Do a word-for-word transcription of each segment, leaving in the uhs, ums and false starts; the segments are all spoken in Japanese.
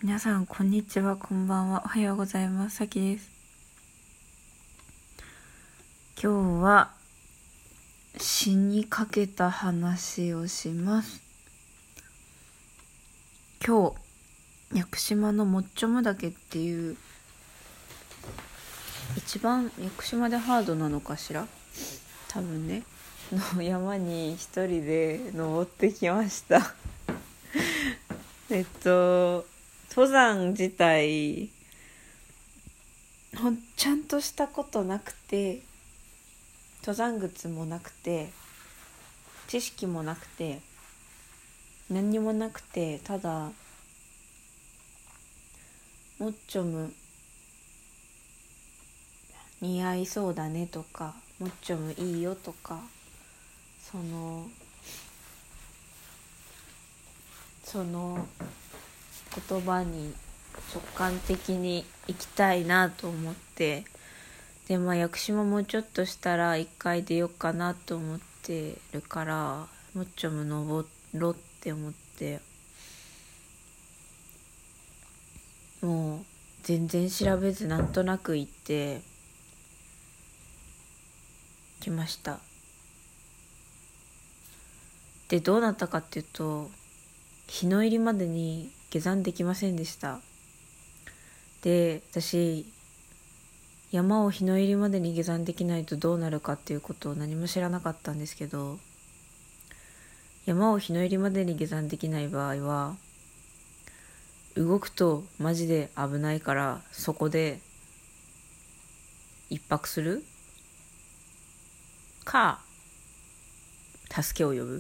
皆さんこんにちは、こんばんは、おはようございます。さきです。今日は死にかけた話をします。今日屋久島のもっちょむ岳っていう一番屋久島でハードなのかしら、多分ねの山に一人で登ってきましたえっと登山自体ほんちゃんとしたことなくて、登山靴もなくて、知識もなくて、何にもなくて、ただもっちょむ似合いそうだねとか、もっちょむいいよとか、そのその言葉に直感的に行きたいなと思って、でまあ屋久島もうちょっとしたら一回出ようかなと思ってるから、もっちょむ登ろうって思って、もう全然調べずなんとなく行ってきました。でどうなったかっていうと、日の入りまでに下山できませんでした。で私山を日の入りまでに下山できないとどうなるかっていうことを何も知らなかったんですけど、山を日の入りまでに下山できない場合は動くとマジで危ないから、そこで一泊するか助けを呼ぶ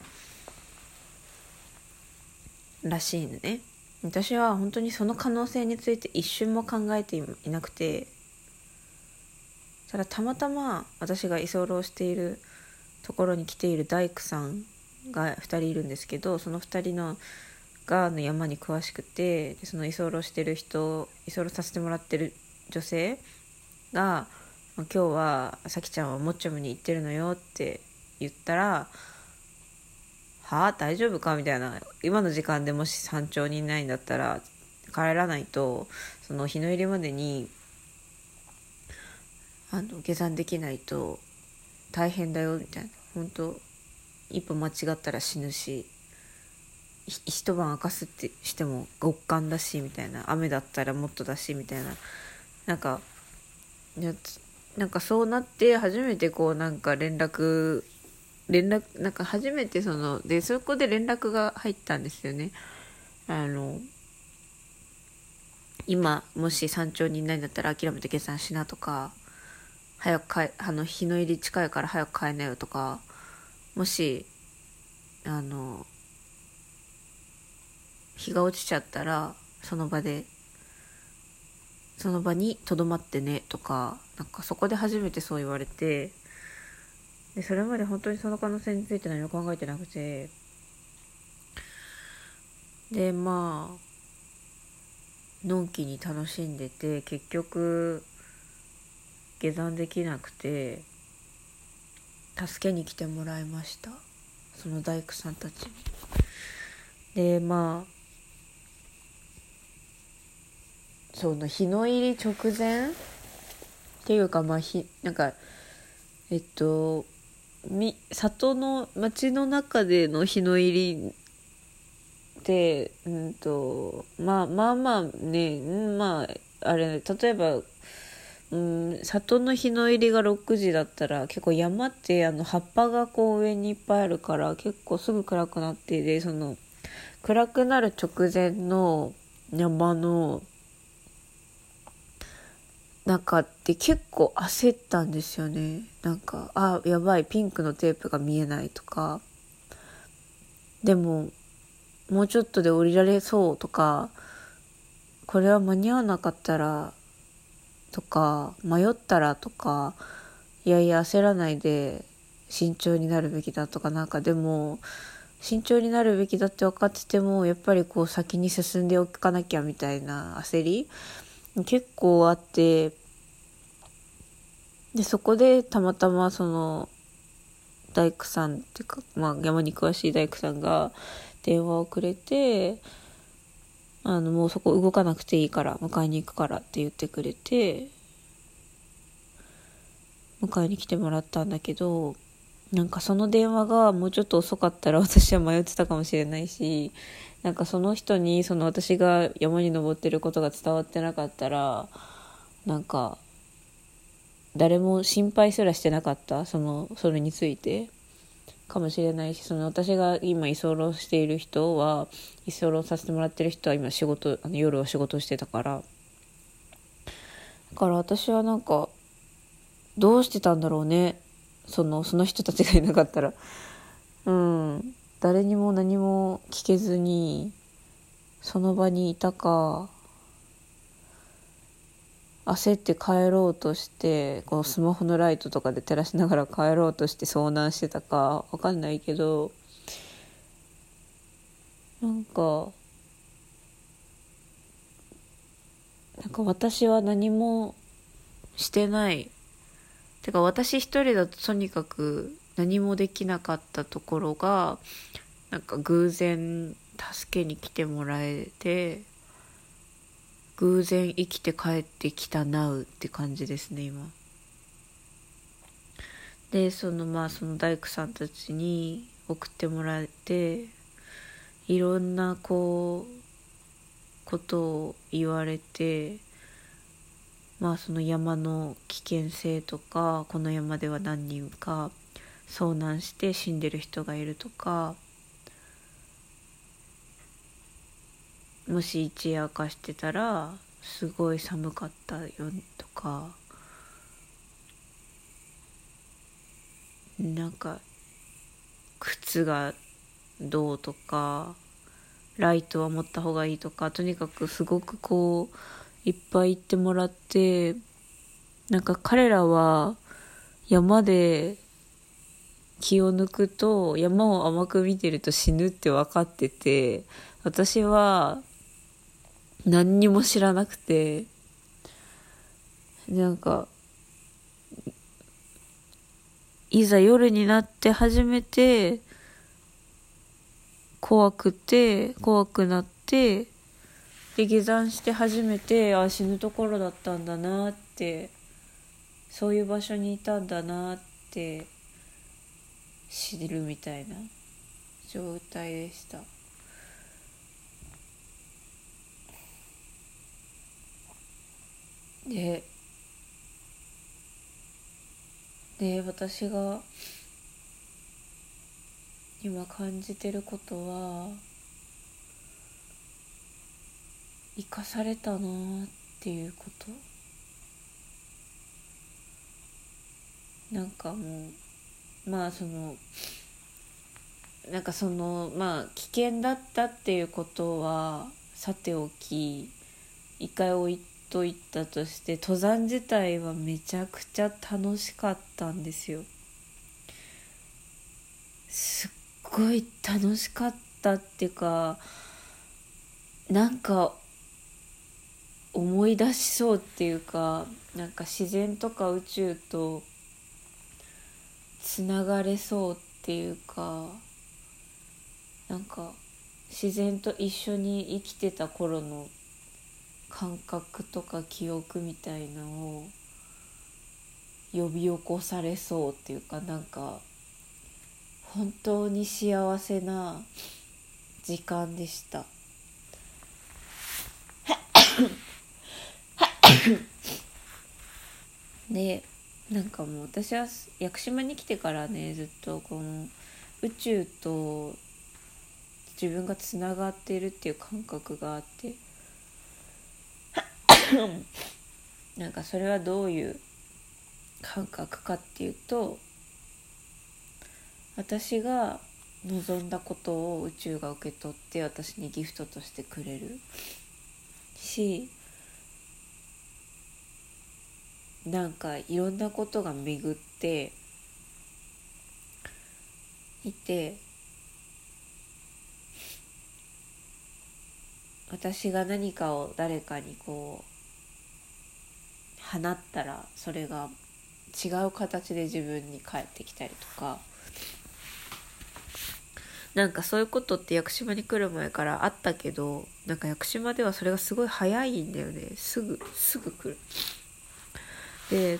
らしいのね。私は本当にその可能性について一瞬も考えていなくて、ただたまたま私が居候しているところに来ている大工さんがふたりいるんですけど、そのふたりのがの山に詳しくて、でその居候してる人、居候させてもらってる女性が、今日はさきちゃんはもっちょむに行ってるのよって言ったら、はあ大丈夫かみたいな、今の時間でもし山頂にいないんだったら帰らないと、その日の入りまでにあの下山できないと大変だよみたいな、本当一歩間違ったら死ぬし、一晩明かすってしても極寒だしみたいな、雨だったらもっとだしみたいな、なんかなんかそうなって初めてこうなんか連絡連絡なんか初めてそのでそこで連絡が入ったんですよね。あの今もし山頂にいないんだったら諦めて下山しなとか、早く帰あの日の入り近いから早く帰んなよとか、もしあの日が落ちちゃったらその場でその場にとどまってねとか、なんかそこで初めてそう言われて、でそれまで本当にその可能性について何も考えてなくて、でまあのんきに楽しんでて、結局下山できなくて助けに来てもらいました、その大工さんたちに。でまあその日の入り直前っていうか、まあひなんかえっとみ里の町の中での日の入りって、うんとまあまあまあね、まああれ例えば、うん、里の日の入りがろくじだったら、結構山ってあの葉っぱがこう上にいっぱいあるから結構すぐ暗くなって、でその暗くなる直前の山の中って結構焦ったんですよね。なんかあやばいピンクのテープが見えないとか、でももうちょっとで降りられそうとか、これは間に合わなかったらとか、迷ったらとか、いやいや焦らないで慎重になるべきだとか、なんかでも慎重になるべきだって分かっててもやっぱりこう先に進んでおかなきゃみたいな焦り結構あって、でそこでたまたまその大工さんっていうか、まあ、山に詳しい大工さんが電話をくれて、 あのもうそこ動かなくていいから迎えに行くからって言ってくれて迎えに来てもらったんだけど、なんかその電話がもうちょっと遅かったら私は迷ってたかもしれないし、なんかその人にその私が山に登ってることが伝わってなかったら、なんか誰も心配すらしてなかった、そのそれについてかもしれないし、その私が今居候している人は居候させてもらってる人は今仕事、あの夜は仕事してたから、だから私はなんかどうしてたんだろうね、そのその人たちがいなかったら。うん誰にも何も聞けずにその場にいたか、焦って帰ろうとしてこうスマホのライトとかで照らしながら帰ろうとして遭難してたかわかんないけど、なんかなんか私は何もしてない。てか私一人だととにかく何もできなかったところが、なんか偶然助けに来てもらえて、偶然生きて帰ってきたなうって感じですね今。でそのまあその大工さんたちに送ってもらえて、いろんなこうことを言われて、まあその山の危険性とか、この山では何人か遭難して死んでる人がいるとか、もし一夜明かしてたらすごい寒かったよとか、なんか靴がどうとか、ライトは持った方がいいとか、とにかくすごくこういっぱい言ってもらって、なんか彼らは山で気を抜くと山を甘く見てると死ぬって分かってて、私は何にも知らなくて、なんかいざ夜になって初めて怖くて怖くなって、で下山して初めて、あ死ぬところだったんだなって、そういう場所にいたんだなって知るみたいな状態でした。でで私が今感じてることは、生かされたなっていうこと。なんかもうまあそのなんかそのまあ危険だったっていうことはさておき、一回置いといたとして、登山自体はめちゃくちゃ楽しかったんですよ。すっごい楽しかったっていうか、なんか思い出しそうっていうか、なんか自然とか宇宙とつながれそうっていうか、なんか自然と一緒に生きてた頃の感覚とか記憶みたいなのを呼び起こされそうっていうか、なんか本当に幸せな時間でした。でなんかもう私は屋久島に来てからね、ずっとこの宇宙と自分がつながっているっていう感覚があってなんかそれはどういう感覚かっていうと、私が望んだことを宇宙が受け取って私にギフトとしてくれるし、なんかいろんなことが巡っていて、私が何かを誰かにこう放ったら、それが違う形で自分に返ってきたりとか、 なんかそういうことって屋久島に来る前からあったけど、なんか屋久島ではそれがすごい早いんだよね。すぐすぐ来る。で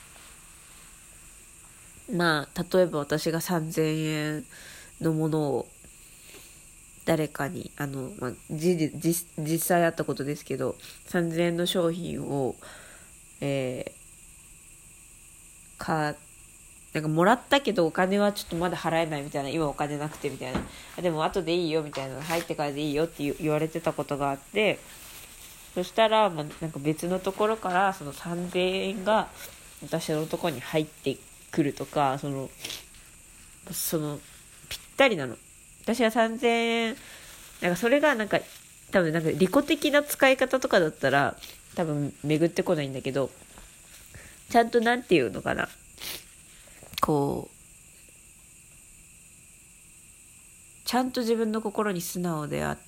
まあ例えば私がさんぜんえんのものを誰かにあの、まあ、じじ実際あったことですけど、さんぜんえんの商品を、えー、かなんかもらったけどお金はちょっとまだ払えないみたいな、今お金なくてみたいな、でも後でいいよみたいな、入ってからでいいよって言われてたことがあって、そしたら、まあ、なんか別のところからそのさんぜんえんが私のところに入ってくるとか、そのそのぴったりなの。私はさんぜんえん、なんかそれがなんか多分なんか利己的な使い方とかだったら多分巡ってこないんだけど、ちゃんとなんていうのかな、こうちゃんと自分の心に素直であって、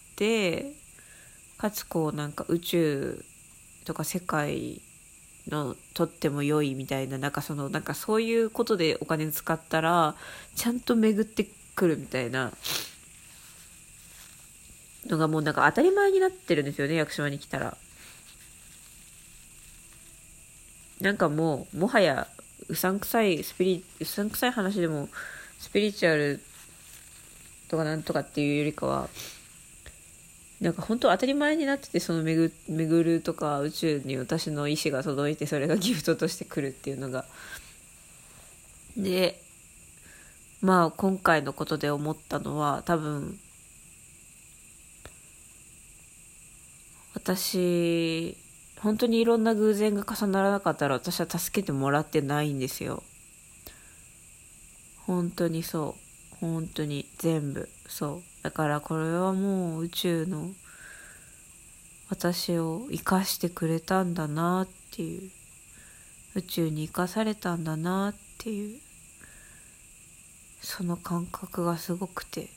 かつこうなんか宇宙とか世界のとっても良いみたいな、なんかそのなんかそういうことでお金使ったらちゃんと巡ってくるみたいなのがもうなんか当たり前になってるんですよね、屋久島に来たら。なんかもうもはやうさんくさいスピリうさんくさい話でもスピリチュアルとかなんとかっていうよりかは、なんか本当当たり前になってて、その巡巡るとか宇宙に私の意志が届いてそれがギフトとして来るっていうのが。でまあ今回のことで思ったのは、多分私本当にいろんな偶然が重ならなかったら私は助けてもらってないんですよ。本当にそう、本当に全部そうだから、これはもう宇宙の私を生かしてくれたんだなっていう、宇宙に生かされたんだなっていう、その感覚がすごくて、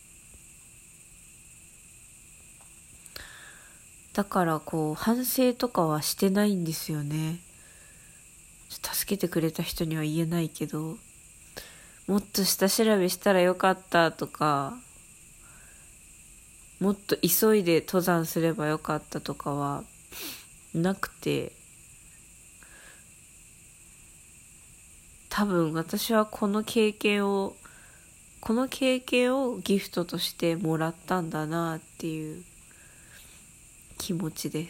だからこう反省とかはしてないんですよね。助けてくれた人には言えないけど、もっと下調べしたらよかったとか、もっと急いで登山すればよかったとかはなくて、多分私はこの経験をこの経験をギフトとしてもらったんだなっていう気持ちです。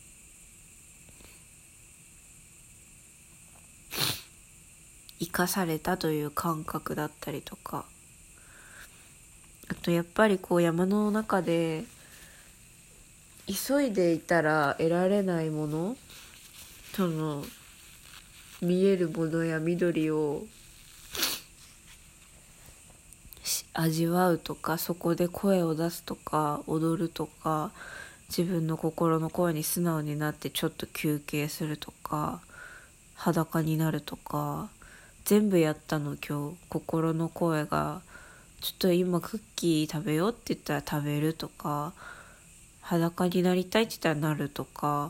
生かされたという感覚だったりとか、あとやっぱりこう山の中で急いでいたら得られないもの、その見えるものや緑を味わうとか、そこで声を出すとか踊るとか、自分の心の声に素直になってちょっと休憩するとか、裸になるとか、全部やったの今日。心の声がちょっと今クッキー食べようって言ったら食べるとか、裸になりたいって言ったらなるとか、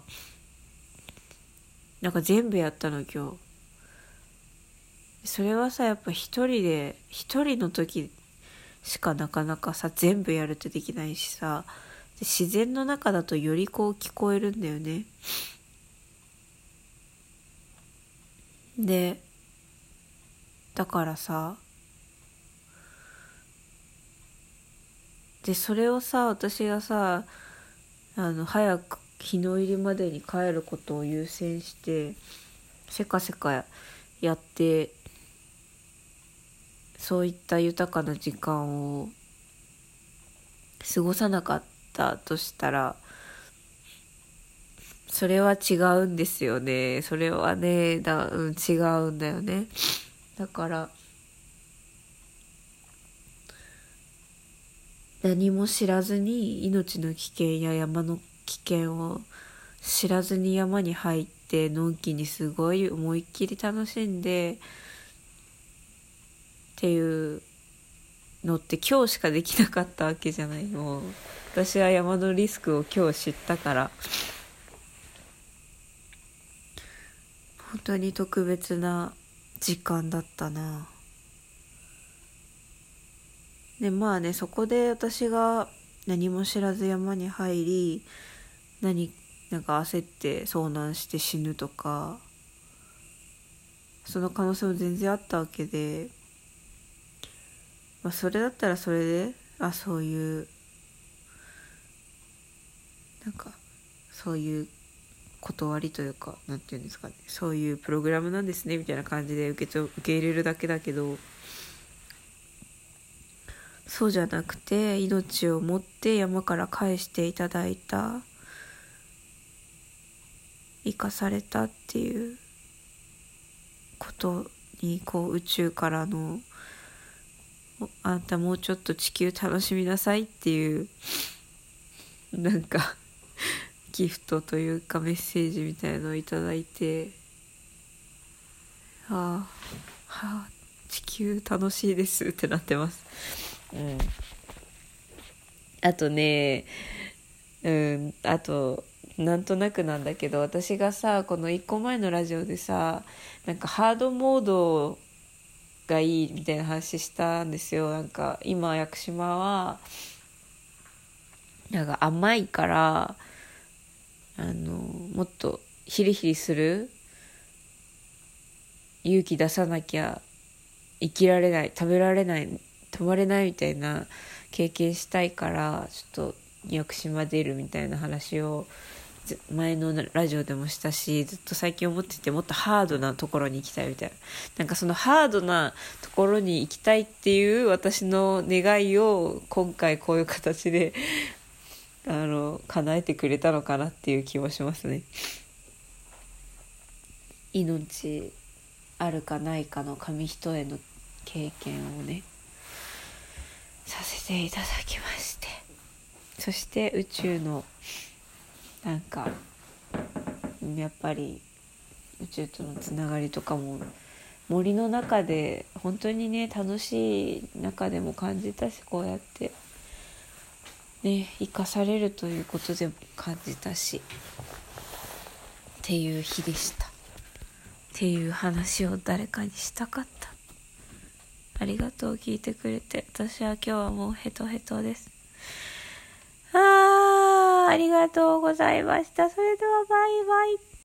なんか全部やったの今日。それはさ、やっぱ一人で一人の時しかなかなかさ全部やるってできないしさ、で自然の中だとよりこう聞こえるんだよね。でだからさ、でそれをさ私がさあの早く日の入りまでに帰ることを優先してせかせかやって、そういった豊かな時間を過ごさなかったとしたら、それは違うんですよね。それはねだ、うん、違うんだよね。だから何も知らずに、命の危険や山の危険を知らずに山に入ってのんきにすごい思いっきり楽しんでっていうのって今日しかできなかったわけじゃない。もう私は山のリスクを今日知ったから、本当に特別な時間だったな。 でまあね、そこで私が何も知らず山に入り、何なんか焦って遭難して死ぬとか、その可能性も全然あったわけで、まあ、それだったらそれで、あ、そういうなんかそういう断りというか、なんていうんですかね、そういうプログラムなんですねみたいな感じで受けちょ受け入れるだけだけど、そうじゃなくて命を持って山から返していただいた、生かされたっていうことに、こう宇宙からのあんたもうちょっと地球楽しみなさいっていうなんかギフトというかメッセージみたいのをいただいて、はあ、はあ、地球楽しいですってなってます。うん。あとね、うん、あとなんとなくなんだけど、私がさこのいっこまえのラジオでさ、なんかハードモードがいいみたいな話したんですよ。なんか今屋久島はなんか甘いから、あのもっとヒリヒリする、勇気出さなきゃ生きられない、食べられない、泊まれないみたいな経験したいから、ちょっと屋久島出るみたいな話を前のラジオでもしたし、ずっと最近思ってて、もっとハードなところに行きたいみたいな、なんかそのハードなところに行きたいっていう私の願いを今回こういう形であの叶えてくれたのかなっていう気もしますね。命あるかないかの紙一重の経験をねさせていただきまして、そして宇宙のなんかやっぱり宇宙とのつながりとかも森の中で本当にね楽しい中でも感じたし、こうやってね生かされるということでも感じたしっていう日でしたっていう話を誰かにしたかった。ありがとう、聞いてくれて。私は今日はもうヘトヘトです。あー、ありがとうございました。それではバイバイ。